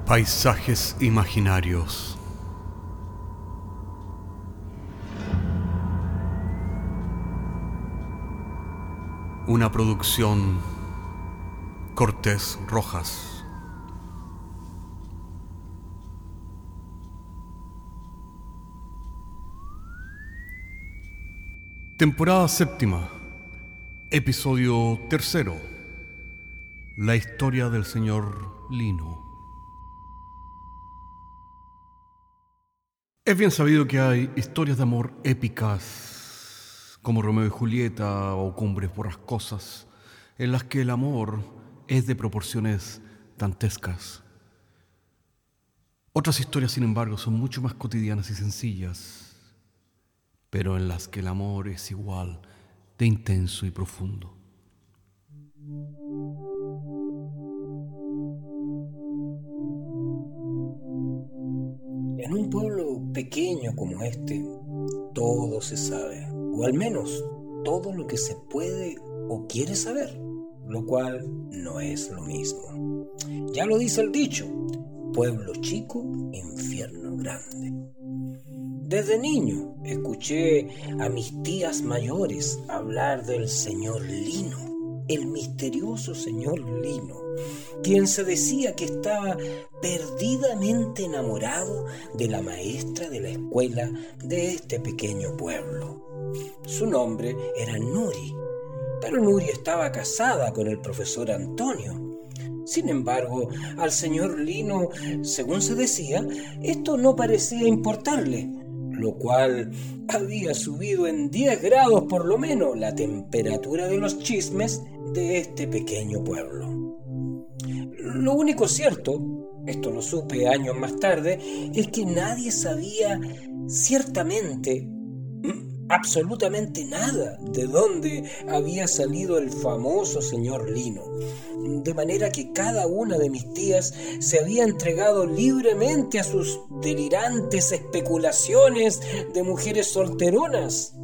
Paisajes imaginarios. Una producción Cortés Rojas. Temporada séptima, episodio tercero. La historia del señor Lino. Es bien sabido que hay historias de amor épicas, como Romeo y Julieta o Cumbres Borrascosas, en las que el amor es de proporciones dantescas. Otras historias, sin embargo, son mucho más cotidianas y sencillas, pero en las que el amor es igual de intenso y profundo. En un pueblo pequeño como este, todo se sabe, o al menos todo lo que se puede o quiere saber, lo cual no es lo mismo. Ya lo dice el dicho, pueblo chico, infierno grande. Desde niño escuché a mis tías mayores hablar del señor Lino, el misterioso señor Lino, quien se decía que estaba perdidamente enamorado de la maestra de la escuela de este pequeño pueblo. Su nombre era Nuri, pero Nuri estaba casada con el profesor Antonio. Sin embargo, al señor Lino, según se decía, esto no parecía importarle, lo cual había subido en 10 grados por lo menos la temperatura de los chismes de este pequeño pueblo. Lo único cierto, esto lo supe años más tarde, es que nadie sabía ciertamente, absolutamente nada, de dónde había salido el famoso señor Lino. De manera que cada una de mis tías se había entregado libremente a sus delirantes especulaciones de mujeres solteronas.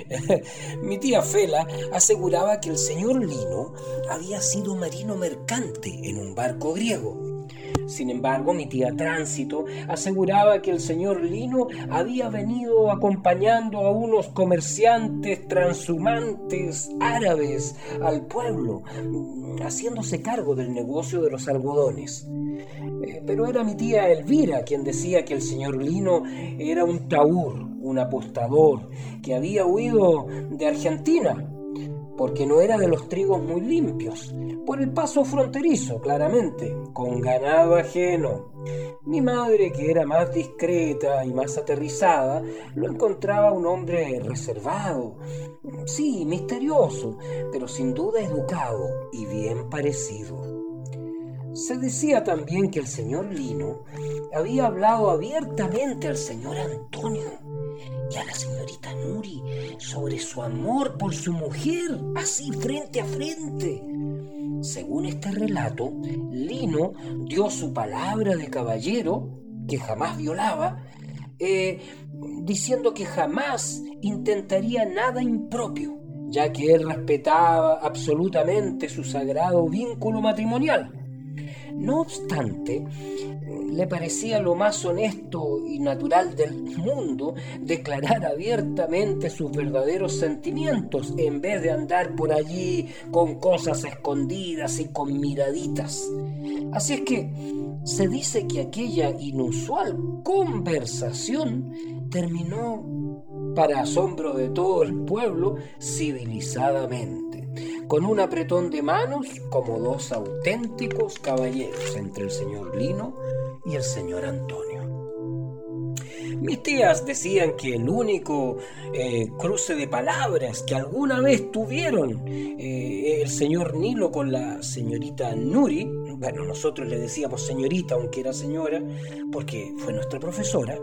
Mi tía Fela aseguraba que el señor Lino había sido marino mercante en un barco griego. Sin embargo, mi tía Tránsito aseguraba que el señor Lino había venido acompañando a unos comerciantes transhumantes árabes al pueblo, haciéndose cargo del negocio de los algodones. Pero era mi tía Elvira quien decía que el señor Lino era un taur, un apostador, que había huido de Argentina, porque no era de los trigos muy limpios, por el paso fronterizo, claramente, con ganado ajeno. Mi madre, que era más discreta y más aterrizada, lo encontraba un hombre reservado, sí, misterioso, pero sin duda educado y bien parecido. Se decía también que el señor Lino había hablado abiertamente al señor Antonio y a la señorita Nuri sobre su amor por su mujer, así frente a frente. Según este relato, Lino dio su palabra de caballero, que jamás violaba, diciendo que jamás intentaría nada impropio, ya que él respetaba absolutamente su sagrado vínculo matrimonial. No obstante, le parecía lo más honesto y natural del mundo declarar abiertamente sus verdaderos sentimientos en vez de andar por allí con cosas escondidas y con miraditas. Así es que se dice que aquella inusual conversación terminó, para asombro de todo el pueblo, civilizadamente, con un apretón de manos como dos auténticos caballeros entre el señor Lino y el señor Antonio. Mis tías decían que el único cruce de palabras que alguna vez tuvieron el señor Nilo con la señorita Nuri, bueno, nosotros le decíamos señorita aunque era señora, porque fue nuestra profesora,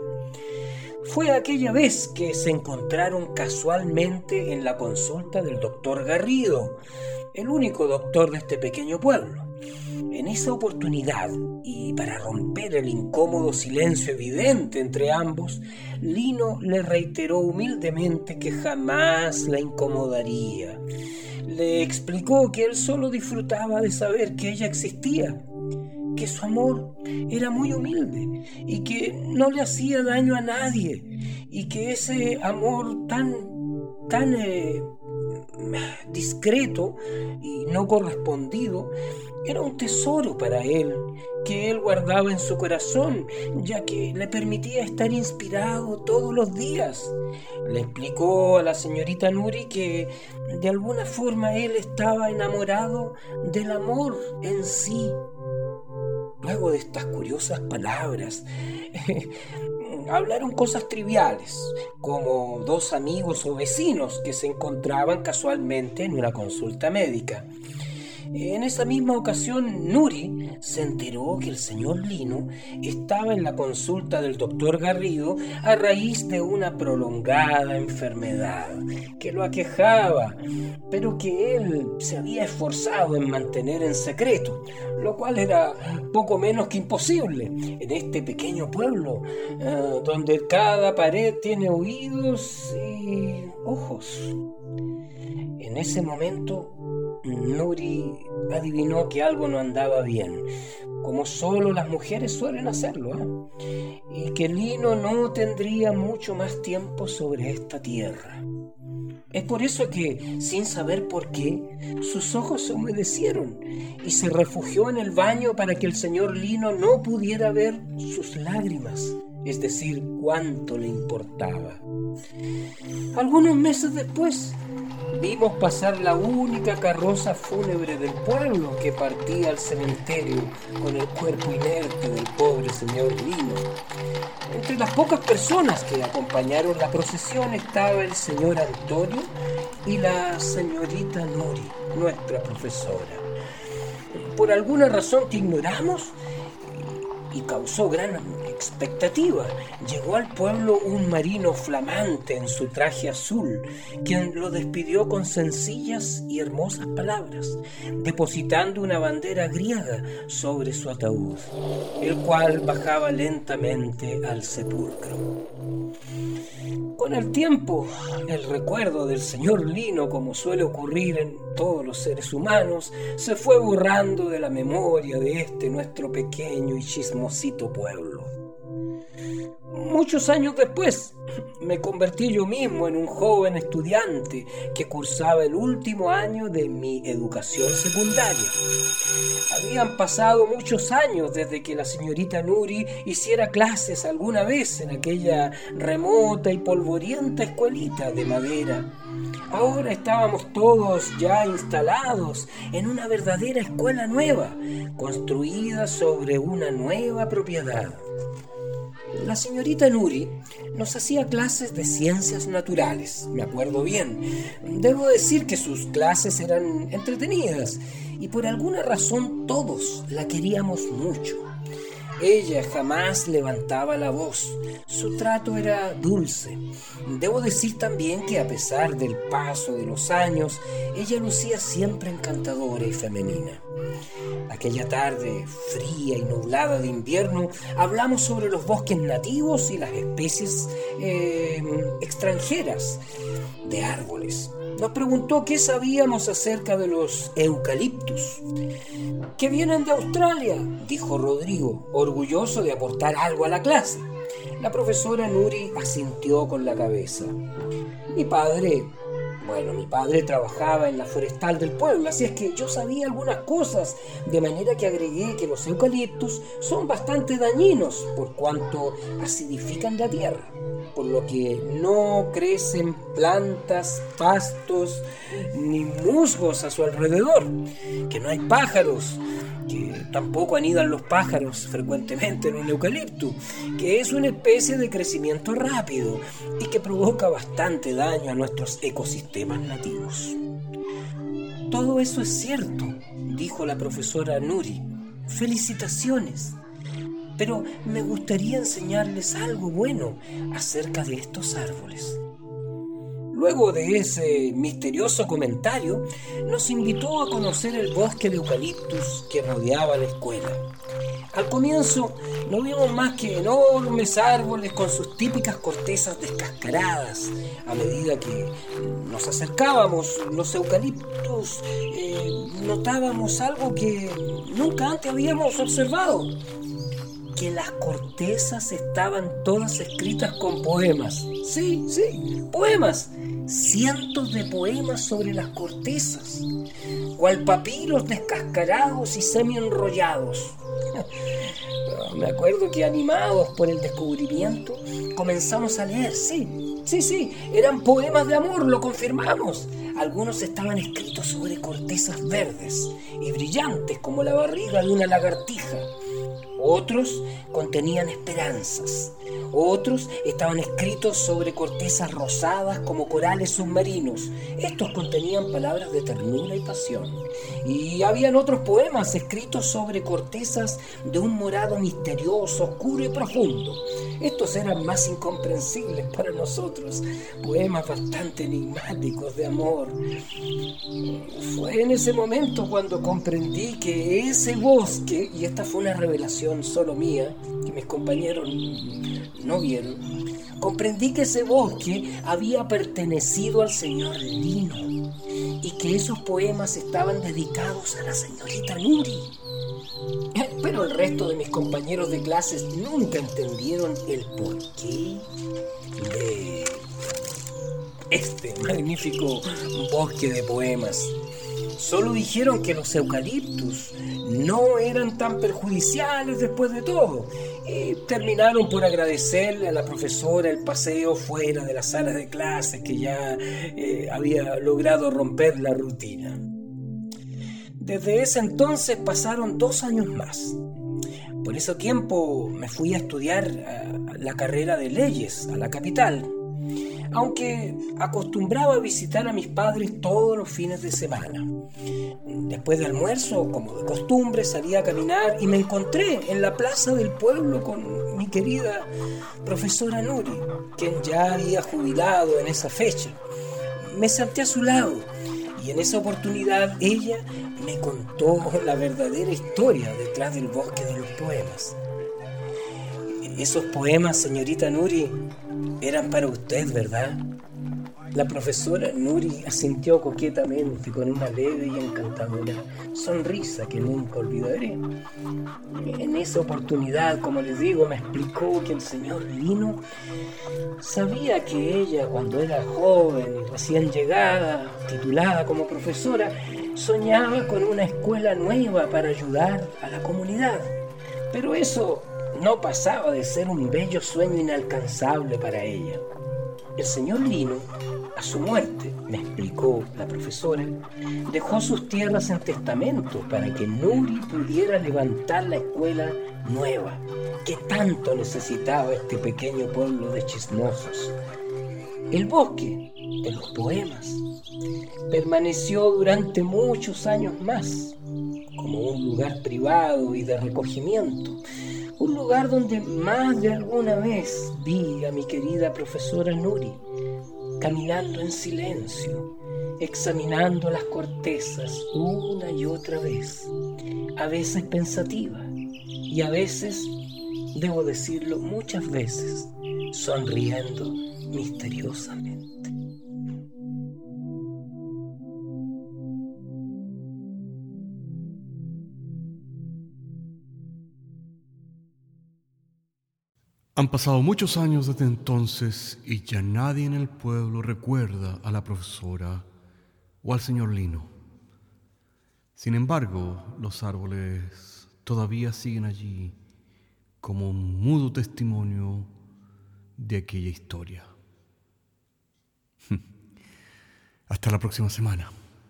fue aquella vez que se encontraron casualmente en la consulta del doctor Garrido, el único doctor de este pequeño pueblo. En esa oportunidad, y para romper el incómodo silencio evidente entre ambos, Lino le reiteró humildemente que jamás la incomodaría. Le explicó que él solo disfrutaba de saber que ella existía, que su amor era muy humilde y que no le hacía daño a nadie, y que ese amor tan discreto y no correspondido era un tesoro para él, que él guardaba en su corazón, ya que le permitía estar inspirado todos los días. Le explicó a la señorita Nuri que de alguna forma él estaba enamorado del amor en sí. Luego de estas curiosas palabras, hablaron cosas triviales, como dos amigos o vecinos que se encontraban casualmente en una consulta médica. En esa misma ocasión, Nuri se enteró que el señor Lino estaba en la consulta del doctor Garrido a raíz de una prolongada enfermedad que lo aquejaba, pero que él se había esforzado en mantener en secreto, lo cual era poco menos que imposible en este pequeño pueblo, donde cada pared tiene oídos y ojos. En ese momento, Nuri adivinó que algo no andaba bien, como solo las mujeres suelen hacerlo, y que Lino no tendría mucho más tiempo sobre esta tierra. Es por eso que, sin saber por qué, sus ojos se humedecieron y se refugió en el baño para que el señor Lino no pudiera ver sus lágrimas, es decir, cuánto le importaba. Algunos meses después, vimos pasar la única carroza fúnebre del pueblo que partía al cementerio con el cuerpo inerte del pobre señor Lino. Entre las pocas personas que acompañaron la procesión estaba el señor Antonio y la señorita Nuri, nuestra profesora. Por alguna razón que ignoramos y causó gran expectativa, llegó al pueblo un marino flamante en su traje azul, quien lo despidió con sencillas y hermosas palabras, depositando una bandera griega sobre su ataúd, el cual bajaba lentamente al sepulcro. Con el tiempo, el recuerdo del señor Lino, como suele ocurrir en todos los seres humanos, se fue borrando de la memoria de nuestro pequeño y chismosito pueblo. Muchos años después, me convertí yo mismo en un joven estudiante que cursaba el último año de mi educación secundaria. Habían pasado muchos años desde que la señorita Nuri hiciera clases alguna vez en aquella remota y polvorienta escuelita de madera. Ahora estábamos todos ya instalados en una verdadera escuela nueva, construida sobre una nueva propiedad. La señorita Nuri nos hacía clases de ciencias naturales, me acuerdo bien. Debo decir que sus clases eran entretenidas y por alguna razón todos la queríamos mucho. Ella jamás levantaba la voz, su trato era dulce. Debo decir también que a pesar del paso de los años, ella lucía siempre encantadora y femenina. Aquella tarde fría y nublada de invierno, hablamos sobre los bosques nativos y las especies extranjeras de árboles. Nos preguntó qué sabíamos acerca de los eucaliptus. «Que vienen de Australia», dijo Rodrigo, orgulloso de aportar algo a la clase. La profesora Nuri asintió con la cabeza. Mi padre trabajaba en la forestal del pueblo, así es que yo sabía algunas cosas, de manera que agregué que los eucaliptus son bastante dañinos por cuanto acidifican la tierra, por lo que no crecen plantas, pastos ni musgos a su alrededor, que no hay pájaros, que tampoco anidan los pájaros frecuentemente en un eucalipto, que es una especie de crecimiento rápido y que provoca bastante daño a nuestros ecosistemas nativos. Todo eso es cierto, dijo la profesora Nuri. Felicitaciones. Pero me gustaría enseñarles algo bueno acerca de estos árboles. Luego de ese misterioso comentario, nos invitó a conocer el bosque de eucaliptus que rodeaba la escuela. Al comienzo no vimos más que enormes árboles con sus típicas cortezas descascaradas. A medida que nos acercábamos, los eucaliptos, notábamos algo que nunca antes habíamos observado: que las cortezas estaban todas escritas con poemas. Sí, poemas. Cientos de poemas sobre las cortezas, cual papiros descascarados y semi-enrollados. Me acuerdo que, animados por el descubrimiento, comenzamos a leer. Sí, eran poemas de amor, lo confirmamos. Algunos estaban escritos sobre cortezas verdes y brillantes como la barriga de una lagartija. Otros contenían esperanzas. Otros estaban escritos sobre cortezas rosadas como corales submarinos. Estos contenían palabras de ternura y pasión. Y habían otros poemas escritos sobre cortezas de un morado misterioso, oscuro y profundo. Estos eran más incomprensibles para nosotros, poemas bastante enigmáticos de amor. Fue en ese momento cuando comprendí que ese bosque, y esta fue una revelación solo mía, que mis compañeros no vieron, comprendí que ese bosque había pertenecido al señor Lino y que esos poemas estaban dedicados a la señorita Nuri. Pero el resto de mis compañeros de clases nunca entendieron el porqué de este magnífico bosque de poemas. Solo dijeron que los eucaliptus no eran tan perjudiciales después de todo, y terminaron por agradecerle a la profesora el paseo fuera de la sala de clases, que ya había logrado romper la rutina. Desde ese entonces pasaron 2 años más. Por ese tiempo me fui a estudiar la carrera de leyes a la capital, aunque acostumbraba a visitar a mis padres todos los fines de semana. Después de almuerzo, como de costumbre, salí a caminar y me encontré en la plaza del pueblo con mi querida profesora Nuri, quien ya había jubilado en esa fecha. Me senté a su lado y en esa oportunidad ella me contó la verdadera historia detrás del bosque de los poemas. Esos poemas, señorita Nuri, eran para usted, ¿verdad? La profesora Nuri asintió coquetamente con una leve y encantadora sonrisa que nunca olvidaré. En esa oportunidad, como les digo, me explicó que el señor Lino sabía que ella, cuando era joven y recién llegada, titulada como profesora, soñaba con una escuela nueva para ayudar a la comunidad. Pero eso no pasaba de ser un bello sueño inalcanzable para ella. El señor Lino, a su muerte, me explicó la profesora, dejó sus tierras en testamento para que Nuri pudiera levantar la escuela nueva que tanto necesitaba este pequeño pueblo de chismosos. El bosque de los poemas permaneció durante muchos años más como un lugar privado y de recogimiento, un lugar donde más de alguna vez vi a mi querida profesora Nuri caminando en silencio, examinando las cortezas una y otra vez, a veces pensativa y a veces, debo decirlo, muchas veces, sonriendo misteriosamente. Han pasado muchos años desde entonces y ya nadie en el pueblo recuerda a la profesora o al señor Lino. Sin embargo, los árboles todavía siguen allí como un mudo testimonio de aquella historia. Hasta la próxima semana.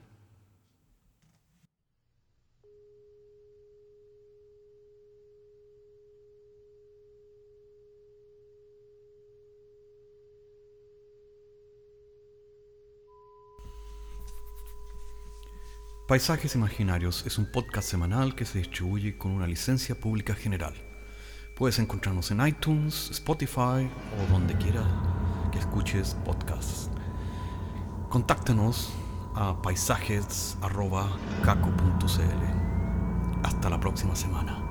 Paisajes Imaginarios es un podcast semanal que se distribuye con una licencia pública general. Puedes encontrarnos en iTunes, Spotify o donde quiera que escuches podcasts. Contáctanos a paisajes@caco.cl. Hasta la próxima semana.